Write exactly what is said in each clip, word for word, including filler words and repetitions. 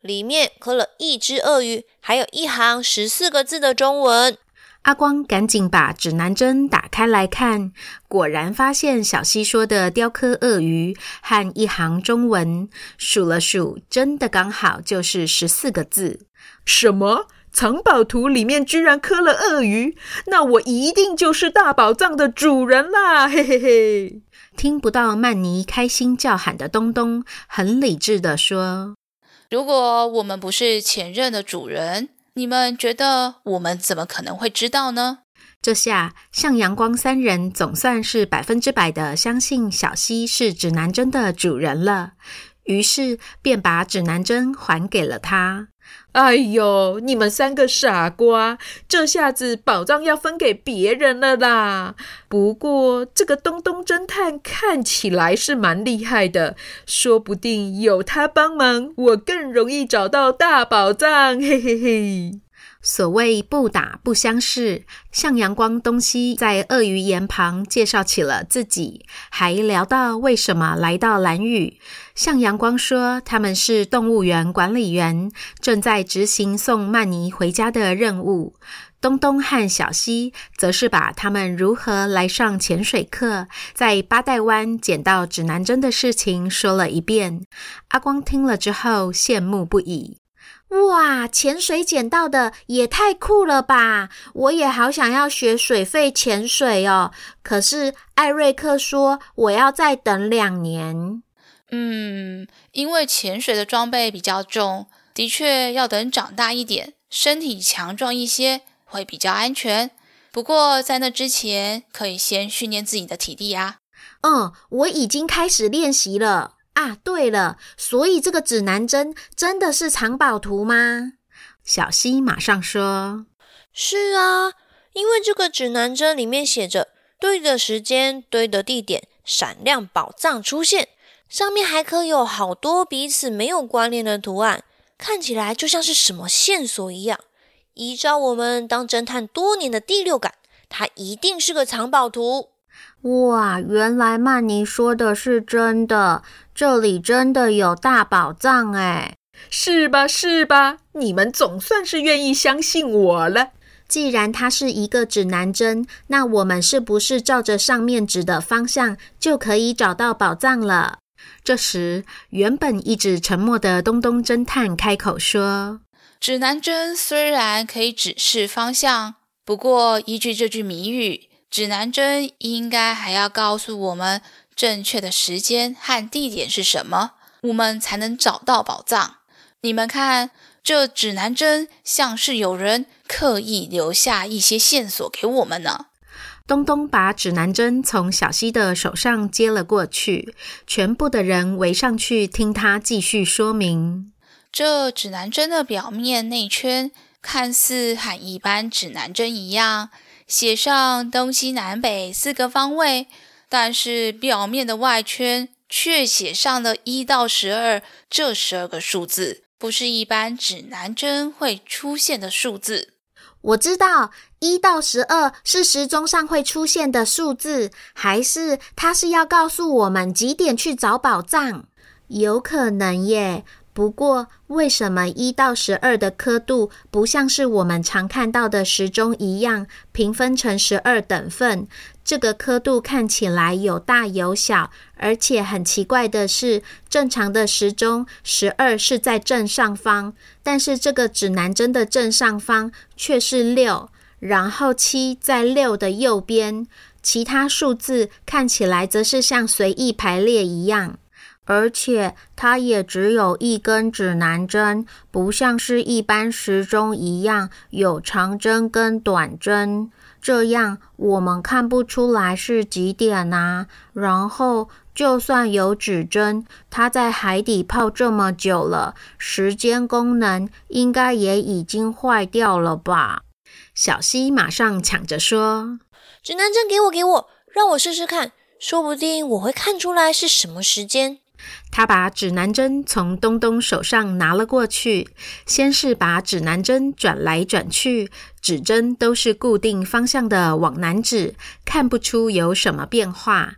里面刻了一只鳄鱼，还有一行十四个字的中文。 阿光赶紧把指南针打开来看，果然发现小溪说的雕刻鳄鱼和一行中文，数了数，真的刚好就是十四个字。 什么？藏宝图里面居然刻了鳄鱼？那我一定就是大宝藏的主人啦！嘿嘿嘿！ 听不到曼妮开心叫喊的东东，很理智地说： 如果我们不是前任的主人，你们觉得我们怎么可能会知道呢？ 这下向阳光三人总算是百分之百的相信小溪是指南针的主人了，于是便把指南针还给了他。 哎呦，你们三个傻瓜，这下子宝藏要分给别人了啦！不过这个东东侦探看起来是蛮厉害的，说不定有他帮忙，我更容易找到大宝藏，嘿嘿嘿！ 所谓不打不相识，向阳光东西在鳄鱼岩旁介绍起了自己，还聊到为什么来到兰屿。向阳光说他们是动物园管理员，正在执行送曼妮回家的任务。东东和小溪则是把他们如何来上潜水课，在八代湾捡到指南针的事情说了一遍。阿光听了之后羡慕不已。哇，潜水捡到的也太酷了吧！我也好想要学水肺潜水哦。可是艾瑞克说我要再等两年。 嗯，因为潜水的装备比较重，的确要等长大一点，身体强壮一些，会比较安全。不过在那之前，可以先训练自己的体力啊。 嗯，我已经开始练习了。啊，对了，所以这个指南针真的是藏宝图吗？小溪马上说： 是啊，因为这个指南针里面写着对的时间、对的地点，闪亮宝藏出现，上面还刻有好多彼此没有关联的图案，看起来就像是什么线索一样。依照我们当侦探多年的第六感，它一定是个藏宝图。 哇，原来曼妮说的是真的，这里真的有大宝藏哎！ 是吧是吧？你们总算是愿意相信我了。 既然它是一个指南针，那我们是不是照着上面指的方向就可以找到宝藏了？这时，原本一直沉默的东东侦探开口说： 指南针虽然可以指示方向，不过依据这句谜语，指南针应该还要告诉我们正确的时间和地点是什么，我们才能找到宝藏。你们看，这指南针像是有人刻意留下一些线索给我们呢。 东东把指南针从小溪的手上接了过去，全部的人围上去听他继续说明。 这指南针的表面内圈看似和一般指南针一样，写上东西南北四个方位，但是表面的外圈却写上了一到十二这十二个数字，不是一般指南针会出现的数字。 我知道一到十二是时钟上会出现的数字，还是它是要告诉我们几点去找宝藏？有可能耶。不过为什么一到十二的刻度不像是我们常看到的时钟一样平分成十二等份？这个刻度看起来有大有小，而且很奇怪的是，正常的时钟十二是在正上方，但是这个指南针的正上方却是六，然后七在六的右边，其他数字看起来则是像随意排列一样。而且它也只有一根指南针，不像是一般时钟一样有长针跟短针，这样我们看不出来是几点啊。然后就算有指针，它在海底泡这么久了，时间功能应该也已经坏掉了吧。小溪马上抢着说： 指南针给我给我，让我试试看，说不定我会看出来是什么时间。 他把指南针从东东手上拿了过去，先是把指南针转来转去，指针都是固定方向的往南指，看不出有什么变化。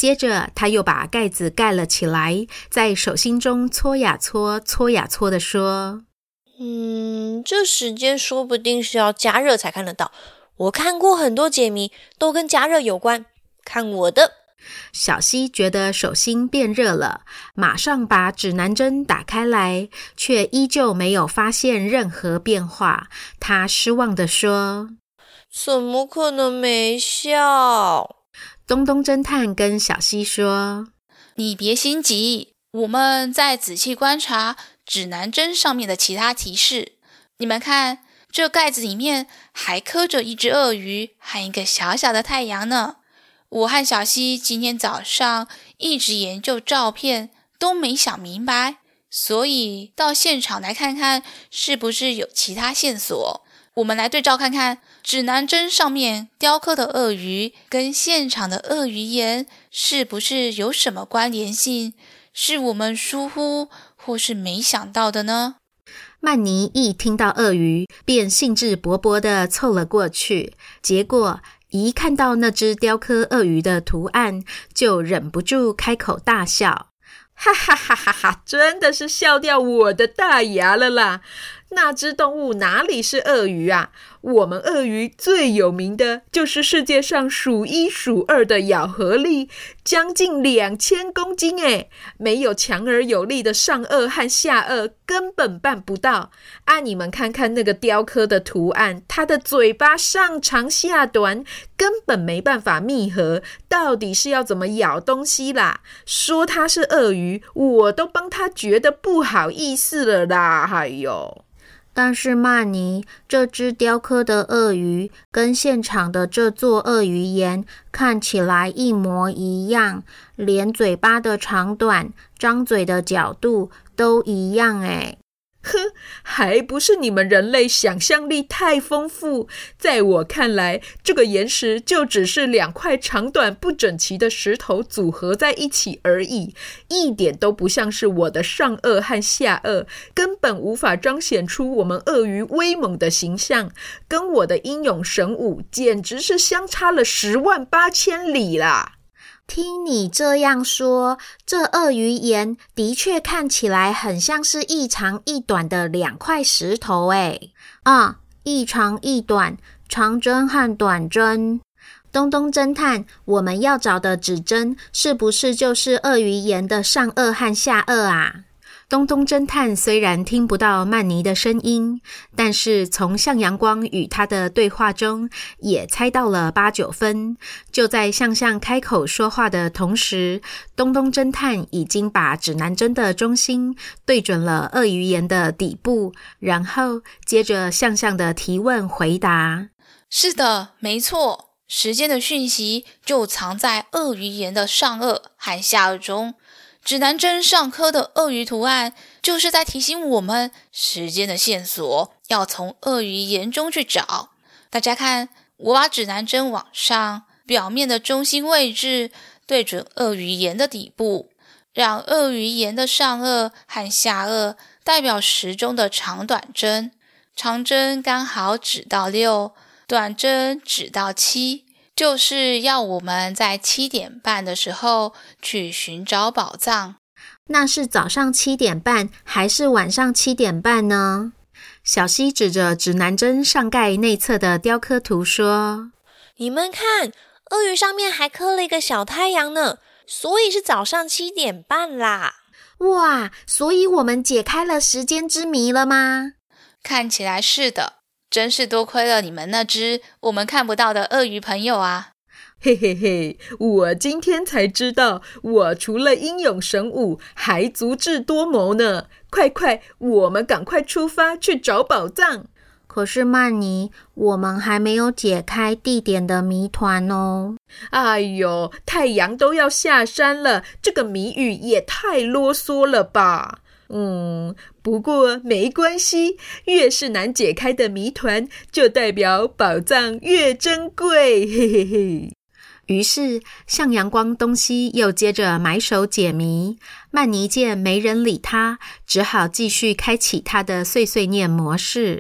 接着他又把盖子盖了起来，在手心中搓呀搓搓呀搓地说， 嗯，这时间说不定是要加热才看得到，我看过很多解谜都跟加热有关，看我的。 小希觉得手心变热了，马上把指南针打开来，却依旧没有发现任何变化。他失望地说， 怎么可能没效？ 东东侦探跟小希说， 你别心急，我们再仔细观察指南针上面的其他提示。你们看，这盖子里面还刻着一只鳄鱼和一个小小的太阳呢。我和小希今天早上一直研究照片，都没想明白，所以到现场来看看是不是有其他线索。我们来对照看看，指南针上面雕刻的鳄鱼跟现场的鳄鱼岩是不是有什么关联性，是我们疏忽或是没想到的呢？ 曼妮一听到鳄鱼，便兴致勃勃地凑了过去，结果一看到那只雕刻鳄鱼的图案，就忍不住开口大笑， 哈哈哈哈哈！真的是笑掉我的大牙了啦！那只动物哪里是鳄鱼啊？我们鳄鱼最有名的就是世界上数一数二的咬合力，将近两千公斤诶，没有强而有力的上颚和下颚，根本办不到。啊，你们看看那个雕刻的图案，它的嘴巴上长下短，根本没办法密合，到底是要怎么咬东西啦？说它是鳄鱼，我都帮它觉得不好意思了啦，哎呦！ 但是曼妮，这只雕刻的鳄鱼跟现场的这座鳄鱼岩看起来一模一样，连嘴巴的长短、张嘴的角度都一样诶。 哼，还不是你们人类想象力太丰富。在我看来，这个岩石就只是两块长短不整齐的石头组合在一起而已，一点都不像是我的上颚和下颚，根本无法彰显出我们鳄鱼威猛的形象，跟我的英勇神武简直是相差了十万八千里啦！ 听你这样说，这鳄鱼岩的确看起来很像是一长一短的两块石头诶。啊，一长一短，长针和短针。东东侦探，我们要找的指针是不是就是鳄鱼岩的上颚和下颚啊？东东侦探虽然听不到曼妮的声音，但是从向阳光与他的对话中也猜到了八九分。就在向向开口说话的同时，东东侦探已经把指南针的中心对准了鳄鱼岩的底部，然后接着向向的提问回答。 是的，没错，时间的讯息就藏在鳄鱼岩的上颚和下颚中。指南针上刻的鳄鱼图案就是在提醒我们，时间的线索要从鳄鱼岩中去找。大家看，我把指南针往上，表面的中心位置对准鳄鱼岩的底部，让鳄鱼岩的上颚和下颚代表时钟的长短针，长针刚好指到六，短针指到七。就是要我们在七点半的时候去寻找宝藏。 那是早上七点半还是晚上七点半呢？小希指着指南针上盖内侧的雕刻图说： 你们看，鳄鱼上面还刻了一个小太阳呢，所以是早上七点半啦。 哇，所以我们解开了时间之谜了吗？ 看起来是的。真是多亏了你们那只我们看不到的鳄鱼朋友啊！ 嘿嘿嘿，我今天才知道，我除了英勇神武，还足智多谋呢！快快，我们赶快出发去找宝藏！ 可是曼妮，我们还没有解开地点的谜团哦。 哎呦，太阳都要下山了，这个谜语也太啰嗦了吧！嗯，不过没关系，越是难解开的谜团，就代表宝藏越珍贵，嘿嘿嘿。 于是向阳光东西又接着埋首解谜，曼妮见没人理他，只好继续开启他的碎碎念模式。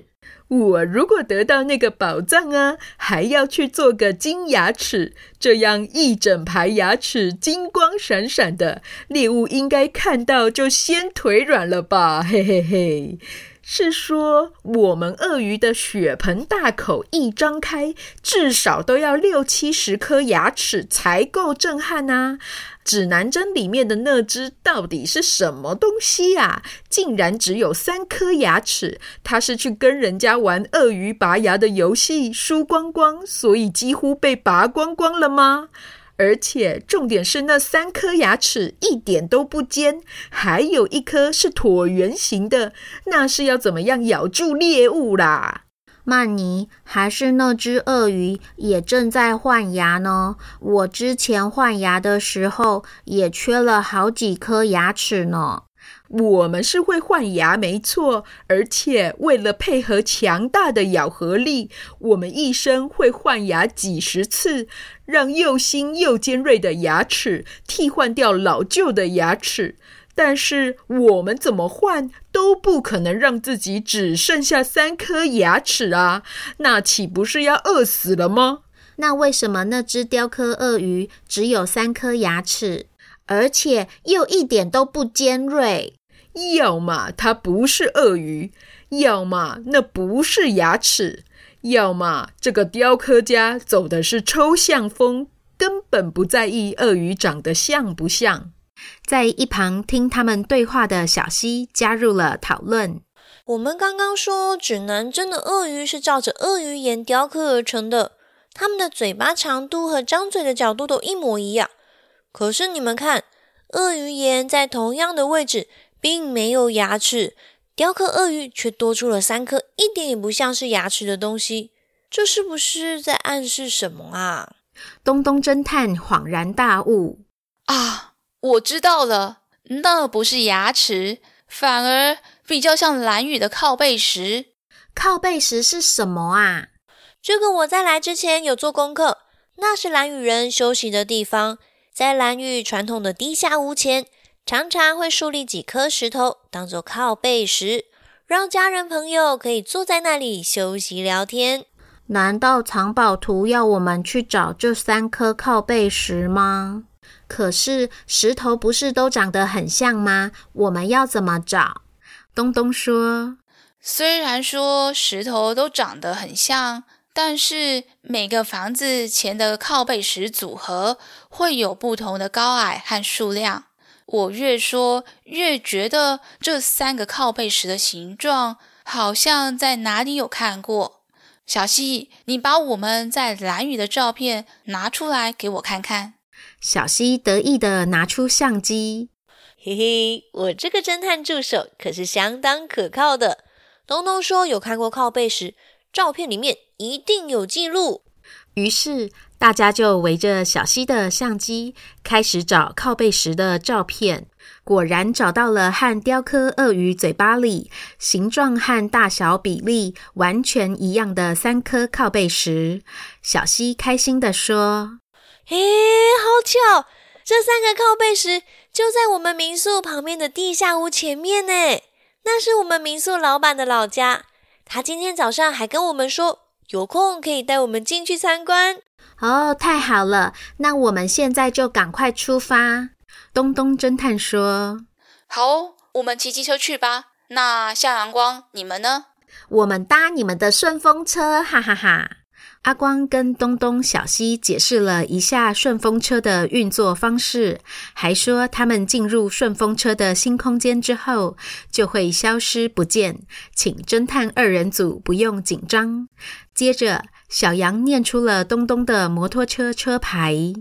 我如果得到那个宝藏啊，还要去做个金牙齿，这样一整排牙齿金光闪闪的，猎物应该看到就先腿软了吧，嘿嘿嘿。是说我们鳄鱼的血盆大口一张开，至少都要六七十颗牙齿才够震撼啊！指南针里面的那只到底是什么东西啊？竟然只有三颗牙齿，它是去跟人家玩鳄鱼拔牙的游戏输光光，所以几乎被拔光光了吗？而且重点是那三颗牙齿一点都不尖，还有一颗是椭圆形的，那是要怎么样咬住猎物啦？ 曼妮，还是那只鳄鱼也正在换牙呢？我之前换牙的时候也缺了好几颗牙齿呢。 我们是会换牙没错，而且为了配合强大的咬合力，我们一生会换牙几十次，让又新又尖锐的牙齿替换掉老旧的牙齿。但是我们怎么换都不可能让自己只剩下三颗牙齿啊，那岂不是要饿死了吗？ 那为什么那只雕刻鳄鱼只有三颗牙齿，而且又一点都不尖锐？ 要么它不是鳄鱼，要么那不是牙齿，要么这个雕刻家走的是抽象风，根本不在意鳄鱼长得像不像。 在一旁听他们对话的小希加入了讨论。 我们刚刚说指南针的鳄鱼是照着鳄鱼眼雕刻而成的，它们的嘴巴长度和张嘴的角度都一模一样。可是你们看，鳄鱼眼在同样的位置并没有牙齿，雕刻鳄鱼却多出了三颗一点也不像是牙齿的东西，这是不是在暗示什么啊？ 东东侦探恍然大悟， 啊，我知道了，那不是牙齿，反而比较像蓝屿的靠背石。 靠背石是什么啊？ 这个我在来之前有做功课，那是蓝屿人休息的地方。在蓝屿传统的地下屋前，常常会树立几颗石头当作靠背石，让家人朋友可以坐在那里休息聊天。 难道藏宝图要我们去找这三颗靠背石吗？可是石头不是都长得很像吗？我们要怎么找？ 东东说， 虽然说石头都长得很像，但是每个房子前的靠背石组合会有不同的高矮和数量。我越说越觉得这三个靠背石的形状好像在哪里有看过。小希，你把我们在蓝屿的照片拿出来给我看看。 小希得意地拿出相机， 嘿嘿，我这个侦探助手可是相当可靠的。东东说有看过靠背石，照片里面一定有记录。 于是大家就围着小希的相机开始找靠背石的照片，果然找到了和雕刻鳄鱼嘴巴里形状和大小比例完全一样的三颗靠背石。小希开心地说， 诶，好巧，这三个靠背石就在我们民宿旁边的地下屋前面呢。那是我们民宿老板的老家，他今天早上还跟我们说有空可以带我们进去参观。 哦，太好了，那我们现在就赶快出发。 东东侦探说， 好，我们骑机车去吧。那向阳光，你们呢？ 我们搭你们的顺风车，哈哈哈。 阿光跟东东、小希解释了一下顺风车的运作方式，还说他们进入顺风车的新空间之后就会消失不见，请侦探二人组不用紧张。接着小羊念出了东东的摩托车车牌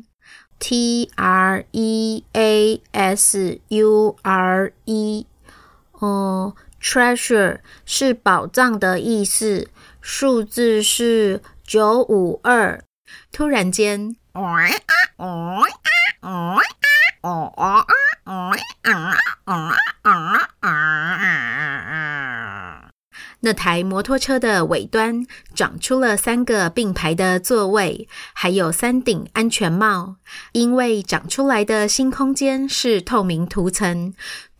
T R E A S U R E， 哦、呃、treasure 是宝藏的意思，数字是九五二。突然间，那台摩托车的尾端长出了三个并排的座位，还有三顶安全帽。因为长出来的新空间是透明涂层，